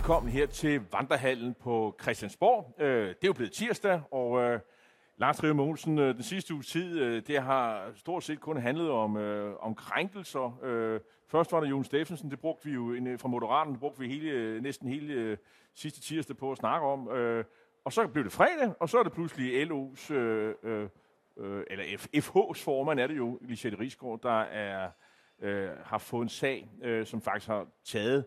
velkommen her til Vandrehallen på Christiansborg. Det er jo blevet tirsdag, og Lars Trier Mogensen, den sidste uges tid, det har stort set kun handlet om krænkelser. Først var det Jon Steffensen, det brugte vi jo fra Moderaterne, det brugte vi næsten hele sidste tirsdag på at snakke om. Og så blev det fredag, og så er det pludselig LO's, eller FH's formand er det jo, Lizette Risgaard, der har fået en sag, som faktisk har taget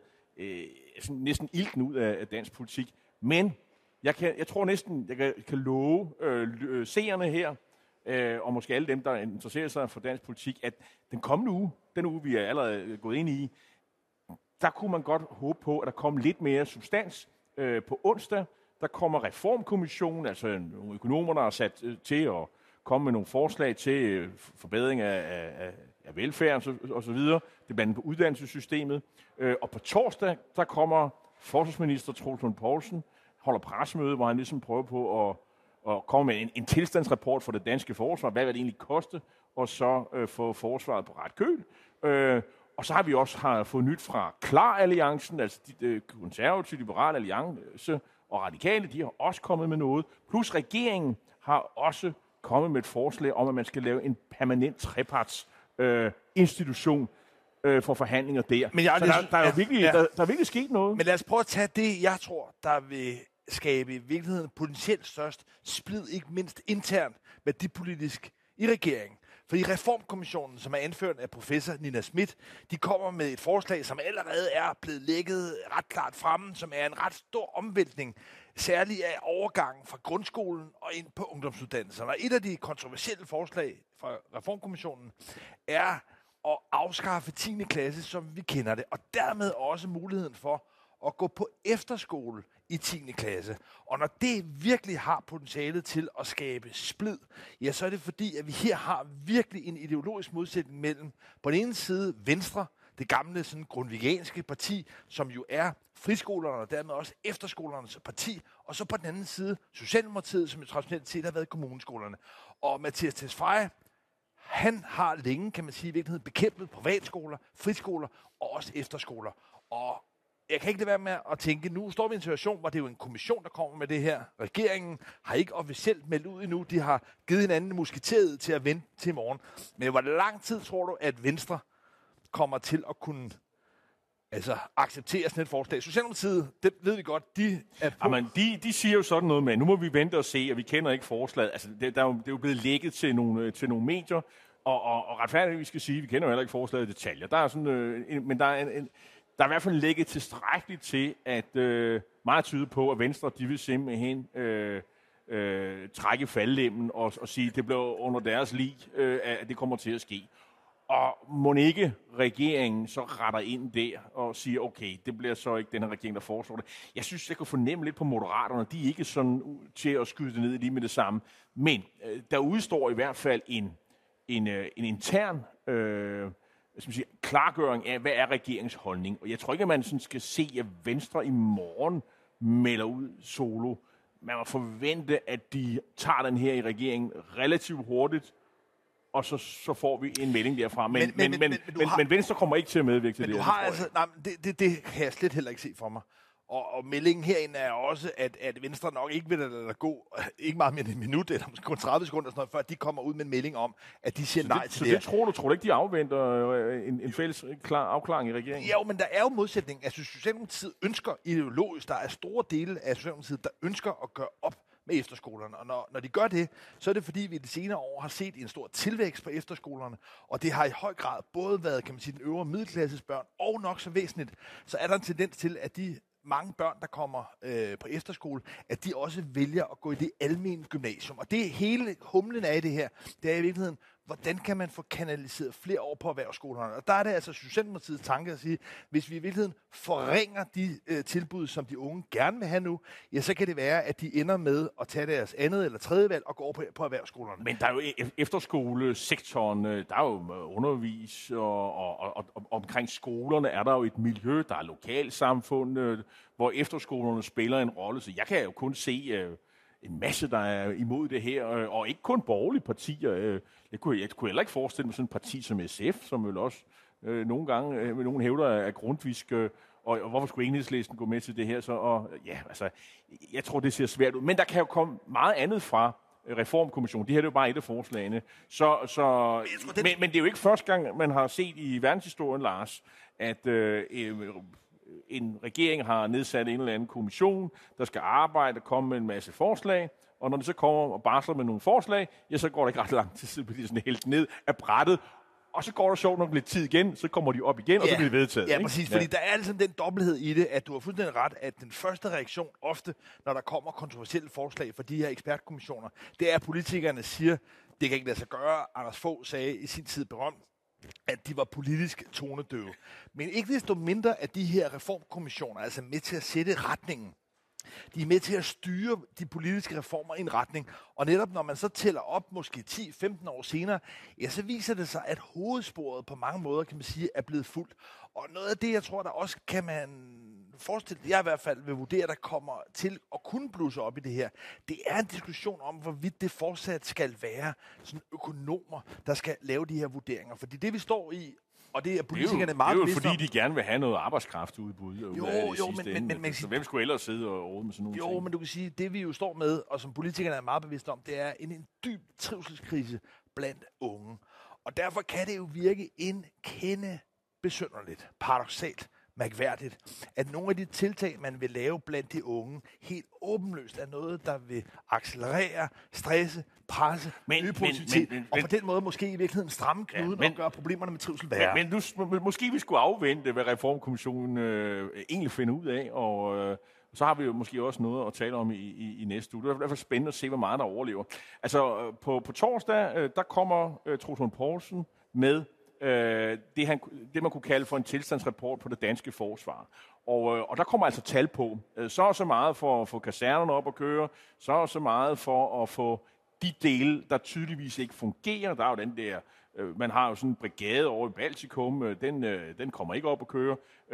næsten ilten ud af dansk politik. Men jeg tror næsten, jeg kan love seerne her, og måske alle dem, der interesserer sig for dansk politik, at den kommende uge, den uge, vi er allerede gået ind i, der kunne man godt håbe på, at der kom lidt mere substans. På onsdag, der kommer Reformkommissionen, altså nogle økonomer, der er sat til at komme med nogle forslag til forbedring af velfærd og så videre. Det er blandt andet på uddannelsessystemet. Og på torsdag, der kommer forsvarsminister Troels Lund Poulsen, holder pressemøde, hvor han ligesom prøver på at komme med en tilstandsrapport for det danske forsvar. Hvad vil det egentlig koste? Og så få forsvaret på ret køl. Og så har vi også fået nyt fra KLAR-alliancen, altså de konservative, liberale alliance og radikale, de har også kommet med noget. Plus regeringen har også kommet med et forslag om, at man skal lave en permanent treparts institution for forhandlinger der. Men der er virkelig sket noget. Men lad os prøve at tage det, jeg tror, der vil skabe i virkeligheden potentielt størst splid, ikke mindst internt værdipolitisk i regeringen. For i Reformkommissionen, som er anført af professor Nina Smith, de kommer med et forslag, som allerede er blevet lægget ret klart fremme, som er en ret stor omvæltning, særligt af overgangen fra grundskolen og ind på ungdomsuddannelserne. Og et af de kontroversielle forslag fra Reformkommissionen er at afskaffe 10. klasse, som vi kender det, og dermed også muligheden for at gå på efterskole i 10. klasse. Og når det virkelig har potentialet til at skabe splid, ja, så er det fordi, at vi her har virkelig en ideologisk modsætning mellem på den ene side Venstre, det gamle sådan grundvigianske parti, som jo er friskolerne og dermed også efterskolernes parti, og så på den anden side Socialdemokratiet, som jo traditionelt set har været kommuneskolerne. Og Mathias Tesfaye, han har længe, kan man sige, i virkeligheden bekæmpet privatskoler, friskoler og også efterskoler. Og jeg kan ikke lade være med at tænke, nu står vi i en situation, hvor det er jo en kommission, der kommer med det her. Regeringen har ikke officielt meldt ud endnu. De har givet hinanden musketeret til at vente til i morgen. Men hvor lang tid tror du, at Venstre kommer til at kunne acceptere sådan et forslag? Socialdemokratiet, det ved vi godt, de er på. Jamen, de siger jo sådan noget med, nu må vi vente og se, og vi kender ikke forslaget. Altså, det er jo blevet lækket til nogle medier, og retfærdigt, vi skal sige, vi kender jo heller ikke forslaget i detaljer. Der er sådan, men der er i hvert fald lægget tilstrækkeligt til, at meget tyder på, at Venstre, de vil simpelthen trække faldlemmen og sige, at det bliver under deres lig, at det kommer til at ske. Og må ikke regeringen så retter ind der og siger, okay, det bliver så ikke den her regering, der foreslår det. Jeg synes, jeg kan fornemme lidt på Moderaterne, de er ikke sådan til at skyde det ned lige med det samme. Men der udstår i hvert fald en intern klargøring af, hvad er regeringens holdning. Og jeg tror ikke, at man sådan skal se, at Venstre i morgen melder ud solo. Man må forvente, at de tager den her i regeringen relativt hurtigt, og så får vi en melding derfra. Men Venstre kommer ikke til at medvirke til det. Men du har altså... Nej, det kan jeg slet heller ikke se for mig. Og meldingen herinde er også, at Venstre nok ikke vil lade der gå ikke meget mere end en minut, eller måske kun 30 sekunder, sådan noget, før de kommer ud med en melding om, at de siger nej til det. Så det tror du ikke, de afventer en fælles klar afklaring i regeringen? Jo, men der er jo modsætning. Altså, Socialdemokratiet ønsker ideologisk, der er store dele af Socialdemokratiet, der ønsker at gøre op med efterskolerne. Og når de gør det, så er det fordi, vi i de senere år har set en stor tilvækst på efterskolerne, og det har i høj grad både været, kan man sige, den øvre middelklasses børn, og nok så væsentligt, så er der en tendens til, at de mange børn, der kommer på efterskole, at de også vælger at gå i det almene gymnasium. Og det er hele humlen af det her. Det er i virkeligheden, hvordan kan man få kanaliseret flere år på erhvervsskolerne? Og der er det altså Socialdemokratiets tanke at sige, hvis vi i virkeligheden forringer de tilbud, som de unge gerne vil have nu, ja, så kan det være, at de ender med at tage deres andet eller tredje valg og gå over på erhvervsskolerne. Men der er jo efterskolesektoren, der er jo undervis, og omkring skolerne er der jo et miljø, der er lokalsamfund, hvor efterskolerne spiller en rolle. Så jeg kan jo kun se en masse, der er imod det her, og ikke kun borgerlige partier. Jeg kunne heller ikke forestille mig sådan et parti som SF, som vil også nogle gange nogen hævder er grundvisk, og hvorfor skulle Enhedslisten gå med til det her? Så, og, ja, altså, jeg tror, det ser svært ud. Men der kan jo komme meget andet fra Reformkommissionen. Det her er jo bare et af forslagene. Men det er jo ikke første gang, man har set i verdenshistorien, Lars, at en regering har nedsat en eller anden kommission, der skal arbejde og komme med en masse forslag, og når de så kommer og barsler med nogle forslag, ja, så går der ikke ret lang tid, så bliver de sådan helt ned af brættet, og så går der sjovt nok lidt tid igen, så kommer de op igen, og så bliver det vedtaget. Ja, præcis, fordi der er ligesom den dobbelthed i det, at du har fuldstændig ret, at den første reaktion ofte, når der kommer kontroversielle forslag fra de her ekspertkommissioner, det er, at politikerne siger, det kan ikke lade sig gøre. Anders Fogh sagde i sin tid berømt, at de var politisk tonedøve. Men ikke desto mindre, at de her reformkommissioner er altså med til at sætte retningen. De er med til at styre de politiske reformer i en retning. Og netop når man så tæller op, måske 10-15 år senere, ja, så viser det sig, at hovedsporet på mange måder, kan man sige, er blevet fuldt. Og noget af det, jeg tror, der også kan man forestille, jeg i hvert fald vil vurdere, der kommer til at kunne blusse op i det her, det er en diskussion om, hvorvidt det fortsat skal være sådan økonomer, der skal lave de her vurderinger. Fordi det, vi står i, og det er politikerne meget bevidste om. Det er jo fordi, de gerne vil have noget arbejdskraftudbud. Men så hvem skulle ellers sidde og råde med sådan nogle ting? Jo, men du kan sige, det vi jo står med, og som politikerne er meget bevidste om, det er en dyb trivselskrise blandt unge. Og derfor kan det jo virke en kende besynderligt, paradoksalt, mærkværdigt, at nogle af de tiltag, man vil lave blandt de unge, helt åbenløst er noget, der vil accelerere, stresse, presse, øge produktivitet, og på den måde måske i virkeligheden stramme knuden og gøre problemerne med trivsel værre. Men måske vi skulle afvente, hvad Reformkommissionen egentlig finder ud af, og så har vi jo måske også noget at tale om i næste uge. Det er i hvert fald spændende at se, hvor meget der overlever. Altså, på torsdag, der kommer Troels Lund Poulsen med det, man kunne kalde for en tilstandsrapport på det danske forsvar. Og der kommer altså tal på. Så meget for at få kasernerne op at køre, så meget for at få de dele, der tydeligvis ikke fungerer. Der er jo den der, man har jo sådan en brigade over i Baltikum, den kommer ikke op at køre.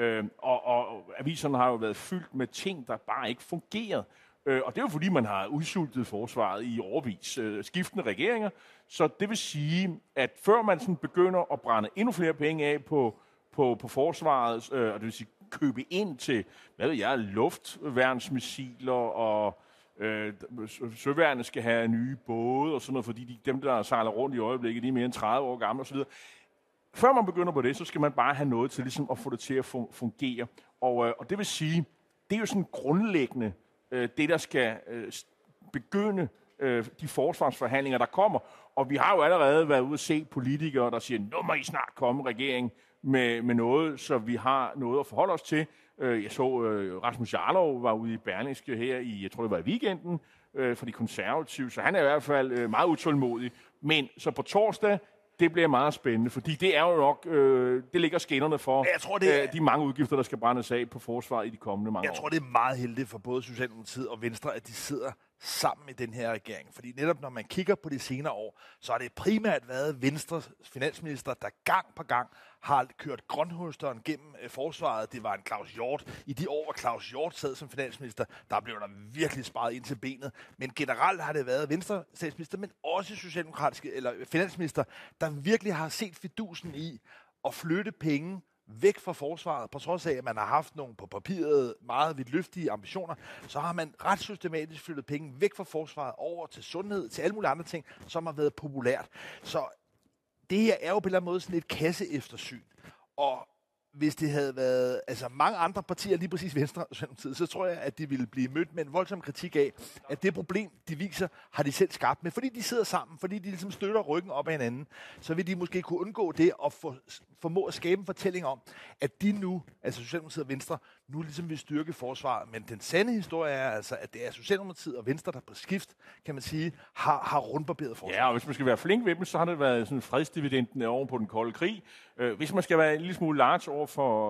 Og aviserne har jo været fyldt med ting, der bare ikke fungerer. Og det er jo fordi, man har udsultet forsvaret i årevis, skiftende regeringer. Så det vil sige, at før man sådan begynder at brænde endnu flere penge af på forsvaret, og det vil sige købe ind til, luftværnsmissiler, og søværnet skal have nye både og sådan noget, fordi dem, der sejler rundt i øjeblikket, de er mere end 30 år gamle osv. Før man begynder på det, så skal man bare have noget til ligesom at få det til at fungere. Og det vil sige, det er jo sådan grundlæggende det, der skal begynde de forsvarsforhandlinger, der kommer. Og vi har jo allerede været ude at se politikere, der siger, nu må I snart komme, regering, med noget, så vi har noget at forholde os til. Jeg så Rasmus Jarlov var ude i Berlingske her jeg tror det var i weekenden, for de konservative, så han er i hvert fald meget utålmodig. Men så på torsdag, det bliver meget spændende, fordi det er jo nok, det ligger skinnerne for de mange udgifter, der skal brændes af på forsvaret i de kommende mange år. Jeg tror, det er meget heldigt for både Socialdemokratiet og Venstre, at de sidder sammen i den her regering. Fordi netop når man kigger på de senere år, så har det primært været Venstres finansminister, der gang på gang har kørt grønthøsteren gennem forsvaret. Det var en Claus Hjort. I de år, hvor Claus Hjort sad som finansminister, der blev der virkelig sparet ind til benet. Men generelt har det været Venstre statsminister, men også socialdemokratiske eller finansminister, der virkelig har set fidusen i at flytte penge væk fra forsvaret, på trods af, at man har haft nogle på papiret meget vidtløftige ambitioner, så har man ret systematisk flyttet penge væk fra forsvaret over til sundhed, til alle mulige andre ting, som har været populært. Så det her er jo på en eller anden måde sådan et kasseeftersyn. Og hvis det havde været mange andre partier, lige præcis Venstre og Socialdemokratiet, så tror jeg, at de ville blive mødt med en voldsom kritik af, at det problem, de viser, har de selv skabt. Men fordi de sidder sammen, fordi de ligesom støtter ryggen op af hinanden, så vil de måske kunne undgå det og formå at skabe en fortælling om, at de nu, altså Socialdemokratiet og Venstre, nu ligesom vil styrke forsvaret. Men den sande historie er altså, at det er Socialdemokratiet og Venstre, der på skift, kan man sige, har rundbarberet forsvaret. Ja, og hvis man skal være flink ved dem, så har det været sådan fredsdividenden oven på den kolde krig. Hvis man skal være en lille smule large over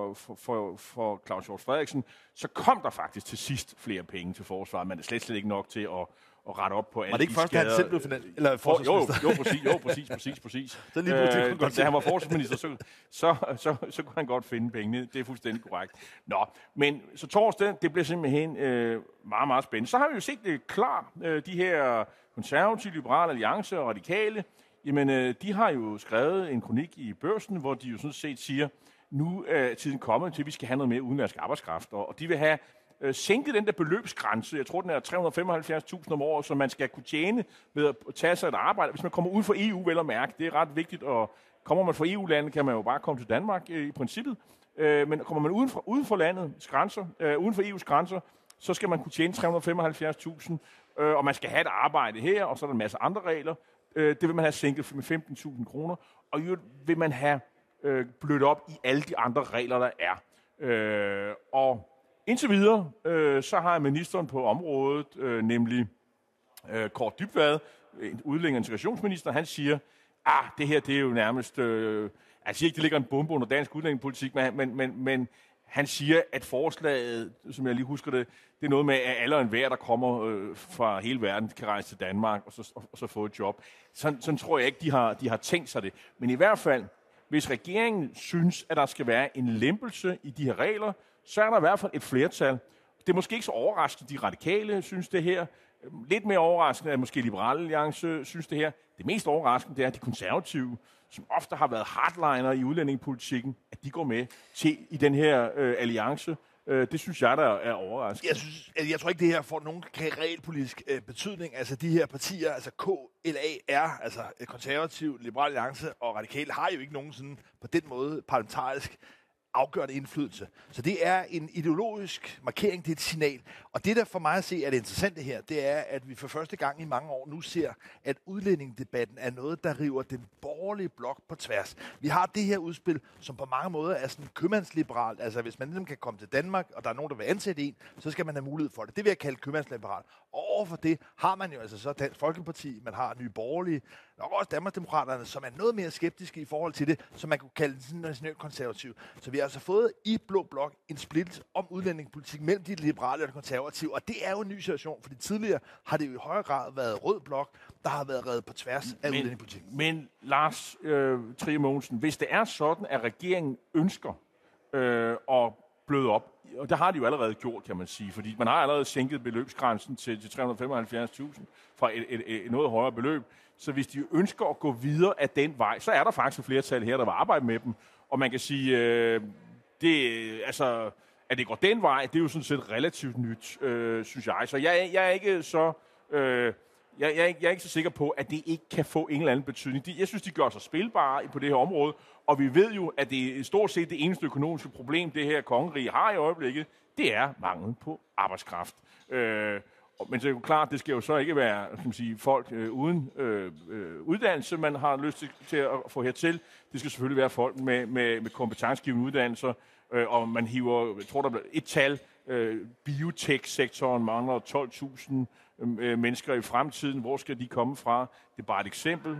for Claus Hjort Frederiksen, så kom der faktisk til sidst flere penge til forsvaret, men det er slet ikke nok til at rette op på alle de skader. Var det ikke først, at han selv blev eller forsvarsminister? Præcis. Da han var forsvarsminister, så kunne han godt finde pengene. Det er fuldstændig korrekt. Nå, men så torsdag, det bliver simpelthen meget, meget spændende. Så har vi jo set det klart, de her konservative, liberale alliance og radikale, Jamen, de har jo skrevet en kronik i Børsen, hvor de jo sådan set siger, nu er tiden kommet til, at vi skal have noget mere udenlandsk arbejdskraft, og de vil have sænket den der beløbsgrænse. Jeg tror, den er 375.000 om året, som man skal kunne tjene ved at tage sig et arbejde. Hvis man kommer ud fra EU, vel at mærke, det er ret vigtigt, og kommer man fra EU-landet, kan man jo bare komme til Danmark i princippet. Men kommer man uden for landets grænser, uden for EU's grænser, så skal man kunne tjene 375.000, og man skal have et arbejde her, og så er der en masse andre regler. Det vil man have sænket med 15.000 kroner, og jo vil man have blødt op i alle de andre regler, der er. Og indtil videre, så har ministeren på området, nemlig Kaare Dybvad, udlændinge- og integrationsminister, han siger, det her det er jo nærmest, jeg siger ikke, det ligger en bombe under dansk udlændingepolitik, men han siger, at forslaget, som jeg lige husker det, det er noget med, at alle og enhver, der kommer fra hele verden, kan rejse til Danmark og så få et job. Sådan tror jeg ikke, de har tænkt sig det. Men i hvert fald, hvis regeringen synes, at der skal være en lempelse i de her regler, så er der i hvert fald et flertal. Det er måske ikke så overraskende, de radikale synes det her. Lidt mere overraskende er måske Liberale Alliance synes det her. Det mest overraskende det er, at de konservative, som ofte har været hardliner i udlændingepolitikken, at de går med til i den her alliance. Det synes jeg, der er overraskende. Jeg tror ikke, det her får nogen realpolitisk betydning. Altså de her partier, altså KLAR, altså konservativ, Liberale Alliance og radikale, har jo ikke nogen sådan på den måde parlamentarisk afgørende indflydelse. Så det er en ideologisk markering, det er et signal. Og det, der for mig at se er det interessante her, det er, at vi for første gang i mange år nu ser, at udlændingedebatten er noget, der river den borgerlige blok på tværs. Vi har det her udspil, som på mange måder er sådan købmandsliberalt. Altså hvis man ligesom kan komme til Danmark, og der er nogen, der vil ansætte en, så skal man have mulighed for det. Det vil jeg kalde købmandsliberalt. Og overfor det har man jo altså så Dansk Folkeparti, man har Nye Borgerlige, nok også Danmarksdemokraterne, som er noget mere skeptiske i forhold til det, som man kunne kalde sådan nationalt konservativ. Så vi har altså fået i Blå Blok en splittelse om udlændingepolitik mellem de liberale og de konservative, og det er jo en ny situation, fordi tidligere har det jo i højere grad været Rød Blok, der har været reddet på tværs af udlændingepolitik. Men Lars Trier Mogensen, hvis det er sådan, at regeringen ønsker at bløde op, og det har de jo allerede gjort, kan man sige, fordi man har allerede sænket beløbsgrænsen til 375.000 fra et noget højere beløb, så hvis de ønsker at gå videre af den vej, så er der faktisk et flertal her, der vil arbejde med dem, og man kan sige, at det går den vej, det er jo sådan set relativt nyt, synes jeg. Så jeg er ikke så... Jeg er ikke så sikker på, at det ikke kan få en eller anden betydning. Jeg synes, de gør sig spilbare på det her område, og vi ved jo, at det er stort set det eneste økonomiske problem, det her kongerige har i øjeblikket, det er mangel på arbejdskraft. Men det er jo klart, det skal jo så ikke være folk uden uddannelse, man har lyst til at få hertil. Det skal selvfølgelig være folk med kompetencegivende uddannelser, og man hiver, jeg tror, der bliver et tal, biotech-sektoren mangler 12.000 mennesker i fremtiden. Hvor skal de komme fra? Det er bare et eksempel.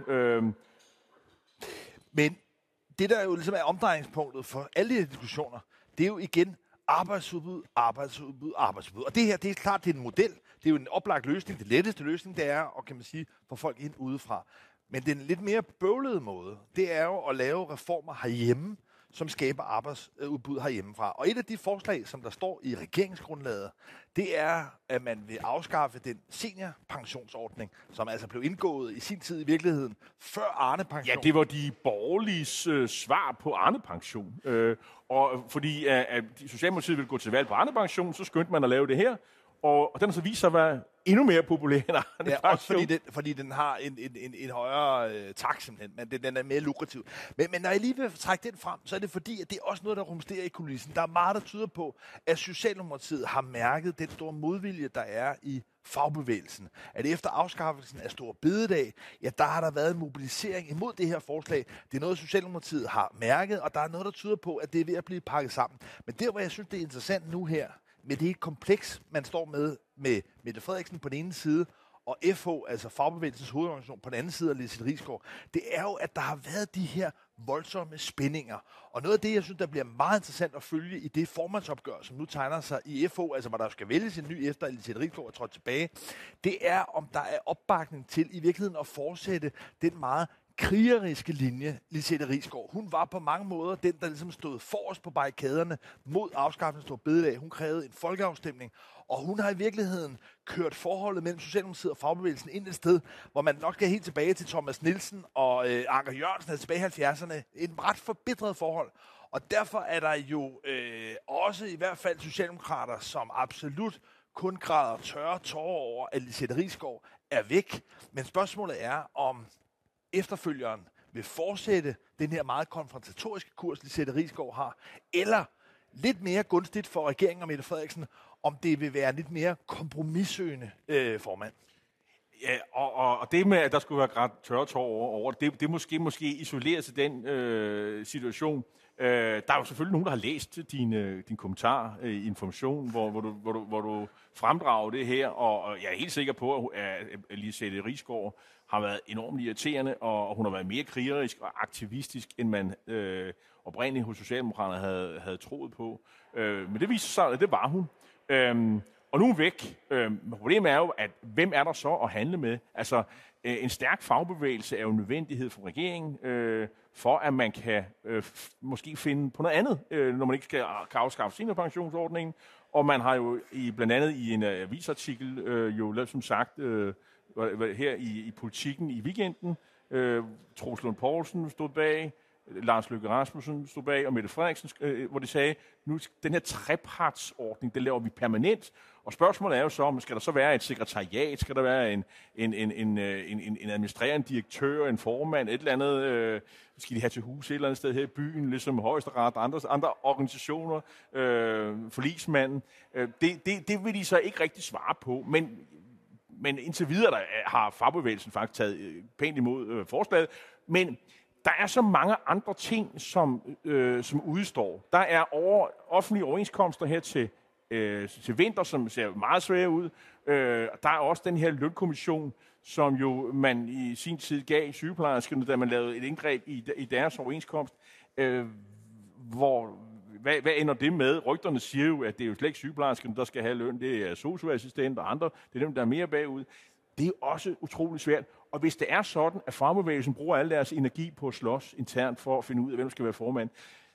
Men det, der jo ligesom er omdrejningspunktet for alle de her diskussioner, det er jo igen arbejdsudbud. Og det her, det er klart, det er en model. Det er jo en oplagt løsning. Det letteste løsning, det er, og kan man sige, få folk ind udefra. Men den lidt mere bøvlede måde, det er jo at lave reformer herhjemme, som skaber arbejdsudbud herhjemmefra. Og et af de forslag, som der står i regeringsgrundlaget, det er, at man vil afskaffe den seniorpensionsordning, som altså blev indgået i sin tid i virkeligheden før Arne-pension. Ja, det var de borgerliges svar på Arne-pension. Og fordi at Socialdemokratiet ville gå til valg på Arne-pension, så skyndte man at lave det her. Og den har så vist sig at være endnu mere populær end Arne-pension. Ja, også fordi den har en højere tak simpelthen, men den er mere lukrativ. Men når jeg lige vil trække den frem, så er det fordi, at det er også noget, der rumsterer i kulissen. Der er meget, der tyder på, at Socialdemokratiet har mærket den store modvilje, der er i fagbevægelsen. At efter afskaffelsen af Store Bededag, ja, der har der været en mobilisering imod det her forslag. Det er noget, Socialdemokratiet har mærket, og der er noget, der tyder på, at det er ved at blive pakket sammen. Men der, hvor jeg synes, det er interessant nu her, med det kompleks, man står med Mette Frederiksen på den ene side, og FH, altså Fagbevægelsens hovedorganisation, på den anden side af Lizette Risgaard, det er jo, at der har været de her voldsomme spændinger. Og noget af det, jeg synes, der bliver meget interessant at følge i det formandsopgør, som nu tegner sig i FH, altså hvor der skal vælges en ny efter, at Lizette Risgaard er trådt tilbage, det er, om der er opbakning til i virkeligheden at fortsætte den meget krigeriske linje, Lizette Risgaard. Hun var på mange måder den, der ligesom stod forrest på barrikaderne mod afskaffelsen af store bededag. Hun krævede en folkeafstemning, og hun har i virkeligheden kørt forholdet mellem Socialdemokratiet og fagbevægelsen ind et sted, hvor man nok skal helt tilbage til Thomas Nielsen og Anker Jørgensen tilbage i 70'erne. Et ret forbitret forhold. Og derfor er der jo også i hvert fald socialdemokrater, som absolut kun græder tørre tårer over, at Lizette Risgaard er væk. Men spørgsmålet er, om efterfølgeren vil fortsætte den her meget konfrontatoriske kurs, Lizette Risgaard har, eller lidt mere gunstigt for regeringen og Mette Frederiksen, om det vil være lidt mere kompromissøgende formand. Ja, og det med, at der skulle være tørre tårer over det måske isoleret til den situation. Der er jo selvfølgelig nogen, der har læst din kommentar i Information, hvor du fremdrager det her, og jeg er helt sikker på, at Lizette Risgaard har været enormt irriterende, og hun har været mere krigerisk og aktivistisk, end man oprindeligt hos Socialdemokraterne havde troet på. Men det viser sig, at det var hun. Og nu er hun væk. Problemet er jo, at hvem er der så at handle med? Altså, en stærk fagbevægelse er jo en nødvendighed for regeringen, for at man kan måske finde på noget andet, når man ikke kan afskaffe seniorpensionsordningen. Og man har jo blandt andet i en avisartikel jo som sagt her i Politikken i weekenden, Troels Lund Poulsen stod bag, Lars Løkke Rasmussen stod bag, og Mette Frederiksen, hvor de sagde, nu den her trepartsordning, det laver vi permanent. Og spørgsmålet er jo så, om skal der så være et sekretariat, skal der være en administrerende direktør, en formand, et eller andet, skal de have til hus et eller andet sted her i byen, ligesom Højesteret og andre organisationer, forligsmanden. Det vil de så ikke rigtig svare på, men indtil videre har fagbevægelsen faktisk taget pænt imod forslaget, men der er så mange andre ting, som udstår. Der er offentlige overenskomster her til vinter, som ser meget svære ud. Der er også den her lønkommission, som jo man i sin tid gav sygeplejerskerne, da man lavede et indgreb i deres overenskomst. Hvad ender det med? Rygterne siger jo, at det er jo slet ikke sygeplejerskerne, der skal have løn. Det er sosu-assistenter og andre. Det er dem, der er mere bagud. Det er også utrolig svært. Og hvis det er sådan, at fagbevægelsen bruger al deres energi på at slås internt for at finde ud af, hvem skal være formand,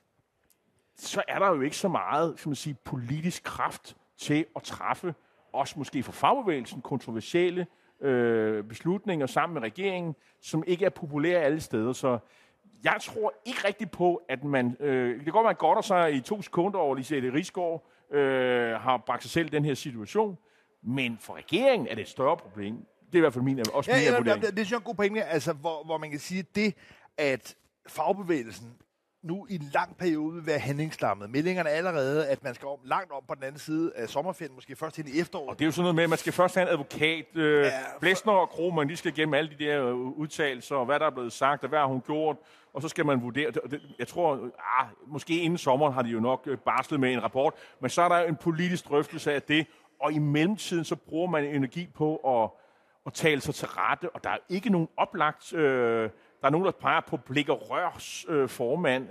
så er der jo ikke så meget, som man siger, politisk kraft til at træffe, også måske for fagbevægelsen, kontroversielle beslutninger sammen med regeringen, som ikke er populære alle steder. Så jeg tror ikke rigtig på, at man... det kan godt være godt, at så i 2 sekunder over Lizette Risgaard har bragt sig selv i den her situation, men for regeringen er det et større problem. Det er i hvert fald min vurdering. Det er jo en god pointe, altså, hvor man kan sige det, at fagbevægelsen nu i en lang periode vil være handlingslammet. Meldingerne er allerede, at man skal langt om på den anden side af sommerferien, måske først hen i efteråret. Og det er jo sådan noget med, at man skal først have en advokat. Blæsner og Krohmann, de skal gennem alle de der udtalelser, og hvad der er blevet sagt, og hvad har hun gjort, og så skal man vurdere. Jeg tror, måske inden sommeren har de jo nok barslet med en rapport, men så er der jo en politisk drøftelse af det, og i mellemtiden så bruger man energi på at tale sig til rette, og der er ikke nogen oplagt... Der er nogen, der peger på Blik og Rørs formand,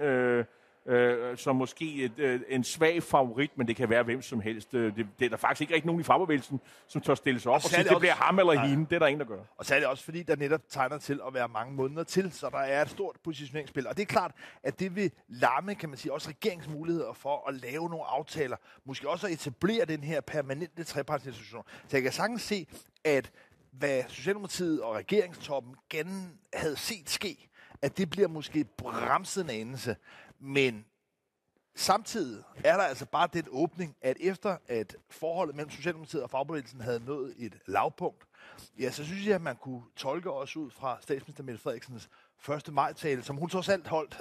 som måske en svag favorit, men det kan være hvem som helst. Det er der faktisk ikke rigtig nogen i fagbevægelsen, som tør stille sig op og sige, det bliver ham eller hende. Det er der ingen, der gør. Og så er det også, fordi der netop tegner til at være mange måneder til, så der er et stort positioneringsspil. Og det er klart, at det vil lamme, kan man sige, også regeringsmuligheder for at lave nogle aftaler. Måske også at etablere den her permanente trepartsinstitution. Så jeg kan sagtens se, at hvad Socialdemokratiet og regeringstoppen gerne havde set ske, at det bliver måske bremset en anelse. Men samtidig er der altså bare den åbning, at efter at forholdet mellem Socialdemokratiet og fagbevægelsen havde nået et lavpunkt, ja, så synes jeg, at man kunne tolke også ud fra statsminister Mette Frederiksens 1. maj-tale, som hun trods alt holdt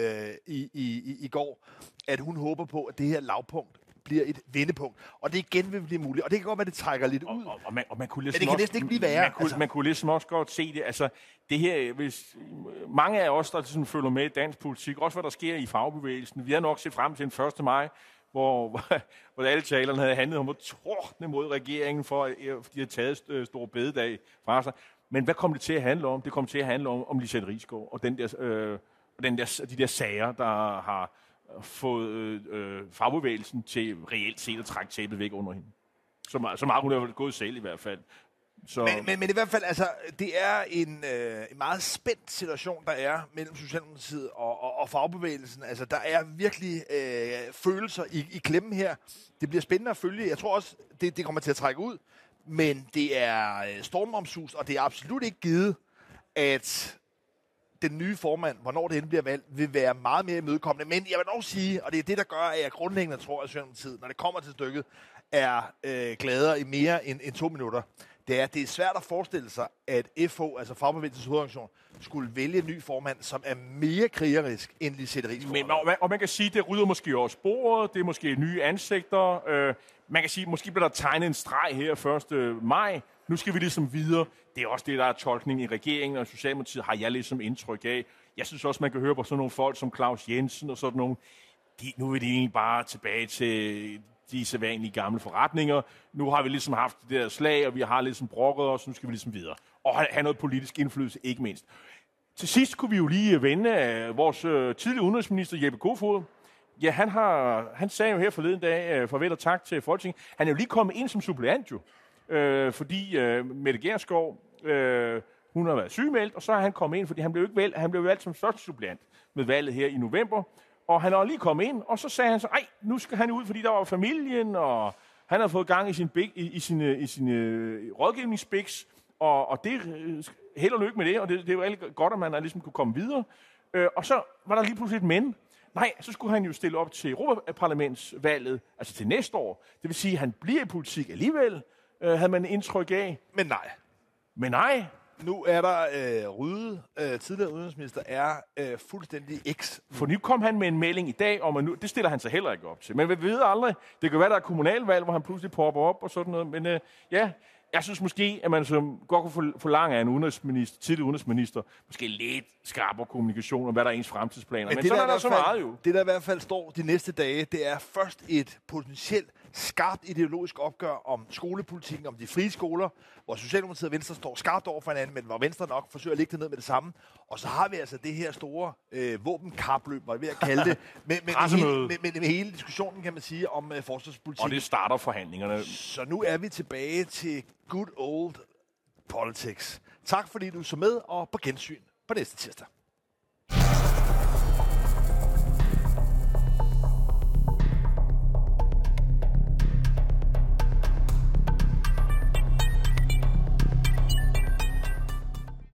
i går, at hun håber på, at det her lavpunkt bliver et vendepunkt. Og det igen vil blive muligt. Og det kan godt være, det trækker lidt ud. Og man kunne men det kan næsten ikke blive værre. Man kunne ligesom også godt se det. Altså, det her, hvis mange af os, der sådan følger med i dansk politik, også hvad der sker i fagbevægelsen, vi har nok set frem til den 1. maj, hvor alle talerne havde handlet om at tordne mod regeringen, for de havde taget store bededag fra sig. Men hvad kom det til at handle om? Det kom til at handle om Lizette Risgaard og de der sager, der har fået fagbevægelsen til reelt set at trække tæppet væk under hende. Så meget hun har gået selv i hvert fald. Så... Men i hvert fald, altså, det er en meget spændt situation, der er mellem Socialdemokratiet og fagbevægelsen. Altså, der er virkelig følelser i klemmen her. Det bliver spændende at følge. Jeg tror også, det kommer til at trække ud. Men det er stormomsust, og det er absolut ikke givet, at den nye formand, hvornår det endelig bliver valgt, vil være meget mere imødekommende. Men jeg vil dog sige, og det er det, der gør, at jeg grundlæggende tror, at Socialdemokratiet, når det kommer til stykket, er gladere i mere end 2 minutter. Det er svært at forestille sig, at FH, altså Fagbevægelsens Hovedorganisation, skulle vælge en ny formand, som er mere krigerisk end Lisette Riis. Og man kan sige, at det rydder måske også sporet, det er måske nye ansigter. Man kan sige, at måske bliver der tegnet en streg her 1. maj. Nu skal vi ligesom videre. Det er også det, der er tolkning i regeringen, og Socialdemokratiet har jeg ligesom indtryk af. Jeg synes også, man kan høre på sådan nogle folk som Claus Jensen og sådan nogle. Nu vil de egentlig bare tilbage til de sædvanlige gamle forretninger. Nu har vi ligesom haft det der slag, og vi har ligesom brokket os, nu skal vi ligesom videre. Og have noget politisk indflydelse, ikke mindst. Til sidst kunne vi jo lige vende af vores tidligere udenrigsminister Jeppe Kofod. Ja, han sagde jo her forleden dag, farvel og tak til Folketinget. Han er jo lige kommet ind som suppleant jo, fordi Mette Gjerskov, hun har været sygemeldt, og så er han kommet ind, fordi han blev valgt som første suppleant med valget her i november. Og han er lige kommet ind, og så sagde han så, nu skal han ud, fordi der var familien, og han har fået gang i sin rådgivningsbiks, og det held og lykke med det, og det er jo rigtig godt, at man ligesom kunne komme videre. Og så var der lige pludselig et men. Nej, så skulle han jo stille op til Europaparlamentsvalget, altså til næste år. Det vil sige, at han bliver i politik alligevel, havde man indtryk af. Men nej. Nu er der Ryde, tidligere udenrigsminister, er fuldstændig For nu kom han med en melding i dag, om at nu, det stiller han sig heller ikke op til. Men vi ved aldrig, det kan være, der er kommunalvalg, hvor han pludselig popper op og sådan noget. Men jeg synes måske, at man som godt kunne forlange af en tidligere udenrigsminister, måske lidt skarpere kommunikation om, hvad der er ens fremtidsplaner. Men sådan er der så meget jo. Det, der i hvert fald står de næste dage, det er først et potentielt skarpt ideologisk opgør om skolepolitikken, om de frie skoler, hvor Socialdemokratiet og Venstre står skarpt over for hinanden, men hvor Venstre nok forsøger at lægge det ned med det samme. Og så har vi altså det her store våbenkapløb, var jeg ved at kalde det, med hele diskussionen, kan man sige, om forsvarspolitik. Og det starter forhandlingerne. Så nu er vi tilbage til good old politics. Tak fordi du så med, og på gensyn på næste tirsdag.